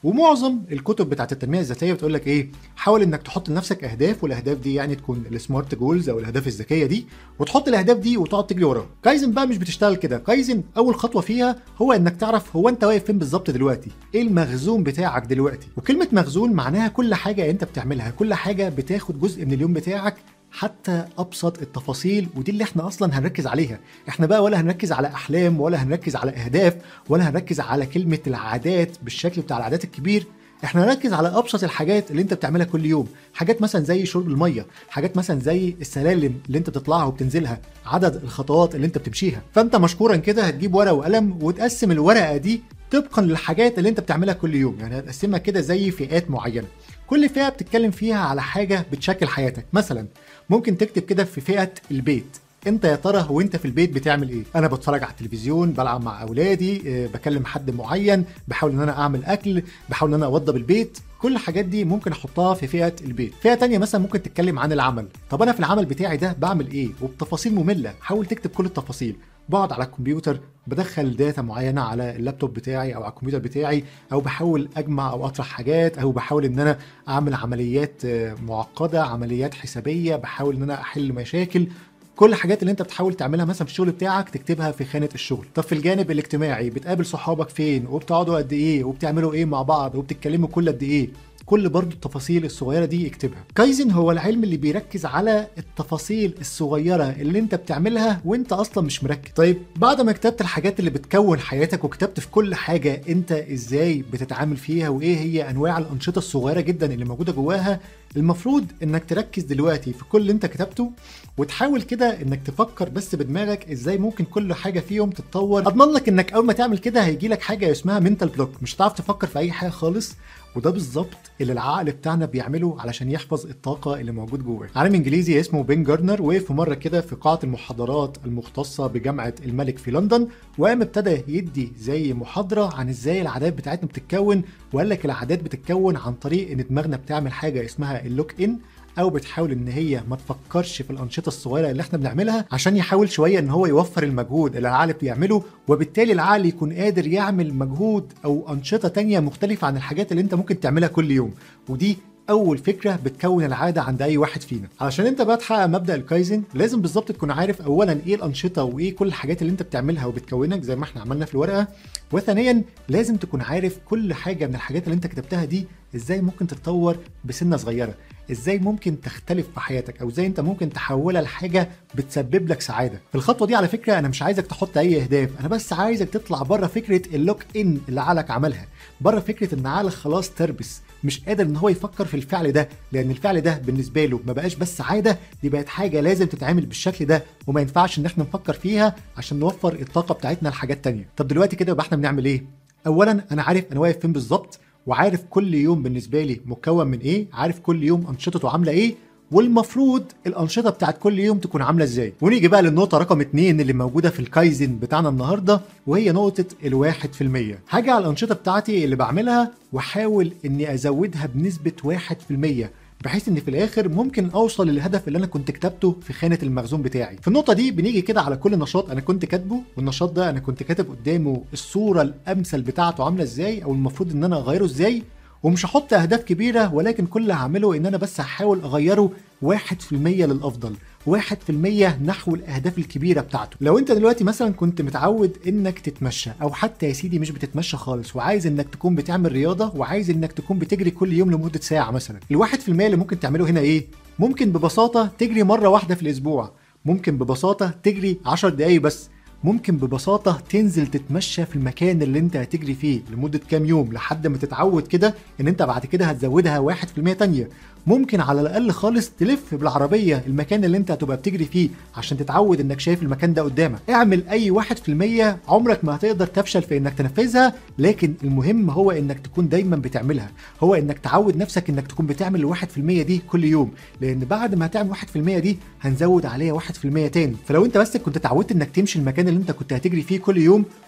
ومعظم الكتب بتاعت التنميه الذاتيه بتقول لك ايه، حاول انك تحط لنفسك اهداف، والاهداف دي يعني تكون السمارت جولز او الاهداف الذكيه دي، وتحط الاهداف دي وتقعد تجري وراها. كايزن بقى مش بتشتغل كده. كايزن اول خطوه فيها هو انك تعرف هو انت واقف فين بالظبط دلوقتي، ايه المخزون بتاعك دلوقتي. وكلمه مخزون معناها كل حاجه انت بتعملها، كل حاجه بتاخد جزء من اليوم بتاعك، حتى ابسط التفاصيل، ودي اللي احنا اصلا هنركز عليها. احنا بقى ولا هنركز على احلام، ولا هنركز على اهداف، ولا هنركز على كلمه العادات بالشكل بتاع العادات الكبير. احنا هنركز على ابسط الحاجات اللي انت بتعملها كل يوم، حاجات مثلا زي شرب الميه، حاجات مثلا زي السلالم اللي انت بتطلعها وبتنزلها، عدد الخطوات اللي انت بتمشيها. فانت مشكورا كده هتجيب ورقه وقلم وتقسم الورقه دي طبقا للحاجات اللي انت بتعملها كل يوم، يعني هتقسمها كده زي فئات معينه، كل فئه بتتكلم فيها على حاجه بتشكل حياتك. مثلا ممكن تكتب كده في فئه البيت، انت يا ترى وانت في البيت بتعمل ايه؟ انا بتفرج على التلفزيون، بلعب مع اولادي، أه بكلم حد معين، بحاول ان انا اعمل اكل، بحاول ان انا اوضب البيت. كل الحاجات دي ممكن احطها في فئه البيت. فئه تانية مثلا ممكن تتكلم عن العمل، طب انا في العمل بتاعي ده بعمل ايه وبتفاصيل ممله، حاول تكتب كل التفاصيل. بقعد على الكمبيوتر بدخل داتا معينه على اللابتوب بتاعي او على الكمبيوتر بتاعي، او بحاول اجمع او اطرح حاجات، او بحاول ان انا اعمل عمليات معقده، عمليات حسابيه، بحاول ان انا احل مشاكل. كل الحاجات اللي انت بتحاول تعملها مثلا في الشغل بتاعك تكتبها في خانه الشغل. طب في الجانب الاجتماعي بتقابل صحابك فين، وبتقعدوا قد ايه، وبتعملوا ايه مع بعض، وبتتكلموا كل قد ايه، كل برضو التفاصيل الصغيرة دي اكتبها. كايزن هو العلم اللي بيركز على التفاصيل الصغيرة اللي انت بتعملها وانت اصلا مش مركز. طيب بعد ما كتبت الحاجات اللي بتكون حياتك، وكتبت في كل حاجة انت ازاي بتتعامل فيها، وايه هي انواع الانشطة الصغيرة جدا اللي موجودة جواها، المفروض انك تركز دلوقتي في كل اللي انت كتبته، وتحاول كده انك تفكر بس بدماغك ازاي ممكن كل حاجة فيهم تتطور. اضمن لك انك اول ما تعمل كده هيجي لك حاجة اسمها منتال بلوك، مش هتعرف تفكر في اي حاجة خالص. وده بالظبط اللي العقل بتاعنا بيعمله علشان يحفظ الطاقه اللي موجود جواه. عالم انجليزي اسمه بين جارنر وقف مره كده في قاعه المحاضرات المختصه بجامعه الملك في لندن، وقام ابتدى يدي زي محاضره عن ازاي العادات بتاعتنا بتتكون، وقال لك العادات بتتكون عن طريق ان دماغنا بتعمل حاجه اسمها اللوك ان، او بتحاول ان هي ما تفكرش في الانشطه الصغيره اللي احنا بنعملها، عشان يحاول شويه ان هو يوفر المجهود اللي العقل بيعمله، وبالتالي العقل يكون قادر يعمل مجهود او انشطه تانية مختلفه عن الحاجات اللي انت ممكن تعملها كل يوم. ودي اول فكره بتكون العاده عند اي واحد فينا. علشان انت بقى تحقق مبدا الكايزن لازم بالظبط تكون عارف اولا ايه الانشطه وايه كل الحاجات اللي انت بتعملها وبتكونك زي ما احنا عملنا في الورقه، وثانيا لازم تكون عارف كل حاجه من الحاجات اللي انت كتبتها دي ازاي ممكن تتطور بسنه صغيره، ازاي ممكن تختلف في حياتك، او ازاي انت ممكن تحولها لحاجه بتسبب لك سعاده. في الخطوه دي على فكره انا مش عايزك تحط اي اهداف، انا بس عايزك تطلع بره فكره اللوك ان اللي عقلك عملها، بره فكره ان عقلك خلاص تربس مش قادر ان هو يفكر في الفعل ده، لان الفعل ده بالنسبه له ما بقاش بس عاده، دي بقت حاجه لازم تتعامل بالشكل ده، وما ينفعش ان احنا نفكر فيها عشان نوفر الطاقه بتاعتنا لحاجات تانية. طب دلوقتي كده يبقى احنا بنعمل ايه؟ اولا انا عارف انا واقف فين بالظبط، وعارف كل يوم بالنسبه لي مكون من ايه، عارف كل يوم انشطته عامله ايه، والمفروض الانشطه بتاعت كل يوم تكون عامله ازاي. ونيجي بقى للنقطه رقم اتنين اللي موجوده في الكايزن بتاعنا النهارده، وهي نقطه الواحد في المية. هاجي على الانشطه بتاعتي اللي بعملها واحاول اني ازودها بنسبه واحد في المية، بحيث ان في الاخر ممكن اوصل للهدف اللي انا كنت كتبته في خانه المخزون بتاعي. في النقطه دي بنيجي كده على كل نشاط انا كنت كاتبه، والنشاط ده انا كنت كاتب قدامه الصوره الامثل بتاعته عامله ازاي، او المفروض ان انا اغيره ازاي، ومش هحط اهداف كبيره، ولكن كل اللي هعمله ان انا بس هحاول اغيره واحد في المية للافضل، واحد في المية نحو الاهداف الكبيره بتاعته. لو انت دلوقتي مثلا كنت متعود انك تتمشى، او حتى يا سيدي مش بتتمشى خالص وعايز انك تكون بتعمل رياضه، وعايز انك تكون بتجري كل يوم لمده ساعه مثلا، الواحد في المية اللي ممكن تعمله هنا ايه؟ ممكن ببساطه تجري مره واحده في الاسبوع، ممكن ببساطه تجري عشر دقايق بس، ممكن ببساطة تنزل تتمشى في المكان اللي انت هتجري فيه لمدة كام يوم لحد ما تتعود كده ان انت بعد كده هتزودها واحد في المية تانية. ممكن على الاقل خالص تلف بالعربية المكان اللي انت هتبقى بتجري فيه عشان تتعود انك شايف المكان ده قدامك. اعمل اي واحد في المية، عمرك ما هتقدر تفشل في انك تنفذها، لكن المهم هو انك تكون دايما بتعملها، هو انك تعود نفسك انك تكون بتعمل الواحد في المية دي كل يوم، لان بعد ما هتعمل واحد في المية دي هنزود عليها واحد في المية تاني. فلو انت بس كنت اتعودت انك تمشي المكان اللي انت كنت هتجري فيه كل يوم،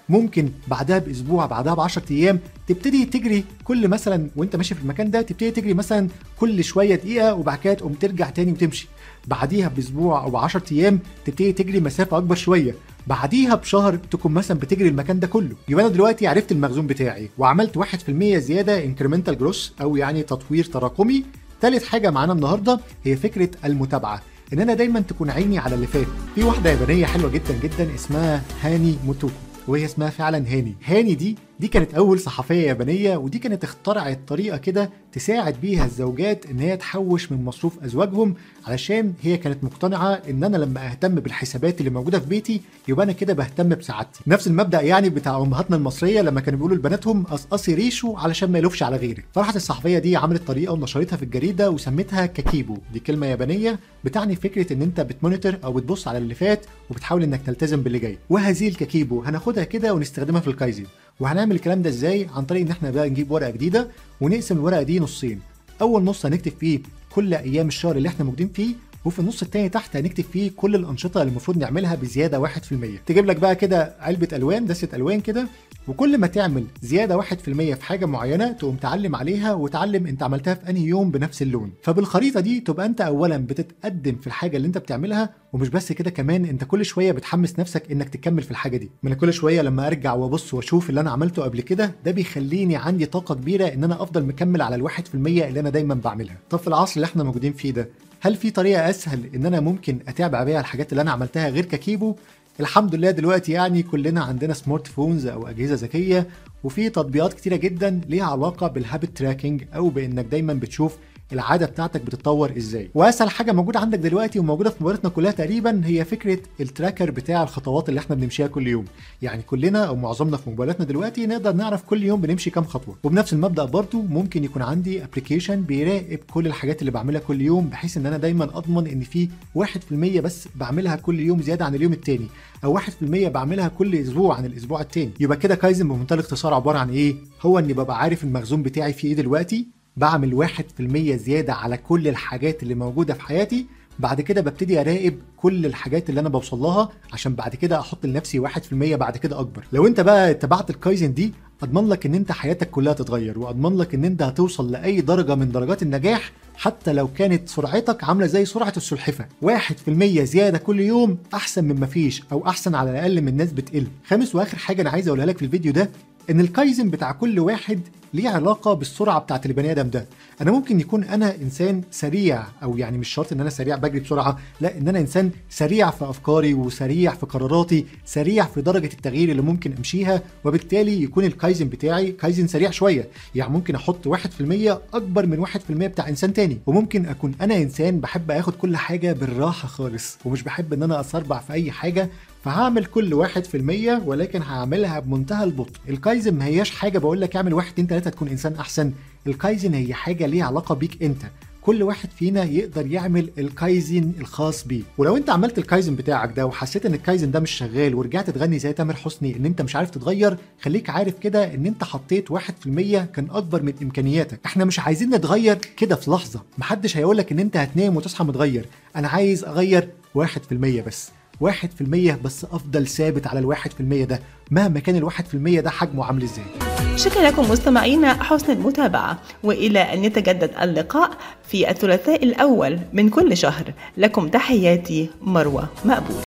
ممكن بعدها باسبوع، بعدها بعشرة ايام تبتدي تجري كل مثلا وانت ماشي في المكان ده تبتدي تجري مثلا كل شويه دقيقه، وبعد كده تقوم ترجع تاني وتمشي. بعديها باسبوع او بعشرة ايام تبتدي تجري مسافه اكبر شويه. بعديها بشهر تكون مثلا بتجري المكان ده كله. يبقى انا دلوقتي عرفت المخزون بتاعي وعملت واحد في المية زياده انكريمنتال جروس او يعني تطوير تراكمي. ثالث حاجه معانا النهارده هي فكره المتابعه، ان انا دايما تكون عيني على اللي فات. في واحده يابانيه حلوه جدا جدا اسمها هاني موتوكو، وهي اسمها فعلا هاني. هاني دي دي كانت اول صحفيه يابانيه، ودي كانت اخترعت طريقه كده تساعد بيها الزوجات ان هي تحوش من مصروف ازواجهم، علشان هي كانت مقتنعه ان انا لما اهتم بالحسابات اللي موجوده في بيتي يبقى انا كده بهتم بسعادتي. نفس المبدا يعني بتاع امهاتنا المصريه لما كانوا بيقولوا لبناتهم قصقصي ريشه علشان ما يلوفش على غيرك. فراحت الصحفيه دي عملت طريقه ونشرتها في الجريده وسمتها كاكيبو. دي كلمه يابانيه بتعني فكره ان انت بتمونيتور او بتبص على اللي فات وبتحاول انك تلتزم باللي جاي. وهذه الكاكيبو هناخدها كده ونستخدمها في الكايزن. وهنعمل الكلام ده ازاي؟ عن طريق ان احنا بقى نجيب ورقه جديده ونقسم الورقه دي نصين. اول نص هنكتب فيه كل ايام الشهر اللي احنا موجودين فيه، وفي النص التاني تحت هنكتب فيه كل الانشطه اللي المفروض نعملها بزياده واحد في المية. تجيب لك بقى كده علبه الوان، دسه الوان كده، وكل ما تعمل زياده واحد في المية في حاجه معينه تقوم تعلم عليها وتعلم انت عملتها في انهي يوم بنفس اللون. فبالخريطه دي تبقى انت اولا بتتقدم في الحاجه اللي انت بتعملها، ومش بس كده كمان انت كل شويه بتحمس نفسك انك تكمل في الحاجه دي. من كل شويه لما ارجع وابص واشوف اللي انا عملته قبل كده، ده بيخليني عندي طاقه كبيره ان انا افضل مكمل على الواحد في المية اللي انا دايما بعملها. طب في العصر اللي احنا موجودين فيه ده، هل في طريقه اسهل ان انا ممكن اتابع بيها الحاجات اللي انا عملتها غير كاكيبو؟ الحمد لله دلوقتي يعني كلنا عندنا سمارت فونز او اجهزه ذكيه، وفي تطبيقات كتيره جدا ليها علاقه بالهابت تراكنج او بانك دايما بتشوف العاده بتاعتك بتتطور ازاي. واسهل حاجه موجوده عندك دلوقتي وموجوده في موبايلاتنا كلها تقريبا هي فكره التراكر بتاع الخطوات اللي احنا بنمشيها كل يوم. يعني كلنا او معظمنا في موبايلاتنا دلوقتي نقدر نعرف كل يوم بنمشي كام خطوه. وبنفس المبدا برضو ممكن يكون عندي ابلكيشن بيراقب كل الحاجات اللي بعملها كل يوم، بحيث ان انا دايما اضمن ان في واحد في المية بس بعملها كل يوم زياده عن اليوم التاني، او واحد في المية بعملها كل اسبوع عن الاسبوع التاني. يبقى كده كايزن بمنتهى الاختصار عباره عن ايه؟ هو اني ببقى عارف المخزون بتاعي فيه ايه دلوقتي، بعمل واحد في المية زيادة على كل الحاجات اللي موجودة في حياتي، بعد كده ببتدي اراقب كل الحاجات اللي انا بوصل لها عشان بعد كده احط لنفسي واحد في المية بعد كده اكبر. لو انت بقى اتبعت الكايزن دي اضمن لك ان انت حياتك كلها تتغير، واضمن لك ان انت هتوصل لاي درجة من درجات النجاح حتى لو كانت سرعتك عاملة زي سرعة السلحفة. واحد في المية زيادة كل يوم احسن من مفيش، او احسن على الاقل من الناس بتقل. خامس واخر حاجة انا عايز اقولها لك في الفيديو ده، ان الكايزن بتاع كل واحد ليه علاقه بالسرعه بتاعت البني ادم ده. انا ممكن يكون انا انسان سريع، او يعني مش شرط ان انا سريع بجري بسرعه، لا، ان انا انسان سريع في افكاري وسريع في قراراتي، سريع في درجه التغيير اللي ممكن امشيها، وبالتالي يكون الكايزن بتاعي كايزن سريع شويه. يعني ممكن احط واحد في المية اكبر من واحد في المية بتاع انسان تاني. وممكن اكون انا انسان بحب اخد كل حاجه بالراحه خالص، ومش بحب ان انا اسربع في اي حاجه، فهعمل كل واحد في المية ولكن هعملها بمنتهى البطء. الكايزن ما هياش حاجة بقول لك اعمل واحد اتنين تلاتة تكون انسان احسن. الكايزن هي حاجة ليها علاقة بيك انت، كل واحد فينا يقدر يعمل الكايزن الخاص بيه. ولو انت عملت الكايزن بتاعك ده وحسيت ان الكايزن ده مش شغال ورجعت تغني زي تامر حسني ان انت مش عارف تتغير، خليك عارف كده ان انت حطيت واحد في المية كان اكبر من امكانياتك. احنا مش عايزين نتغير كده في لحظة، محدش هيقولك ان انت هتنام وتصحى متغير. انا عايز اغير واحد في المية بس، واحد في المية بس، افضل ثابت على الواحد في المية ده مهما كان الواحد في المية ده حجمه عامل ازاي. شكرا لكم مستمعينا حسن المتابعة، وإلى أن يتجدد اللقاء في الثلاثاء الأول من كل شهر. لكم تحياتي مروة مقبول.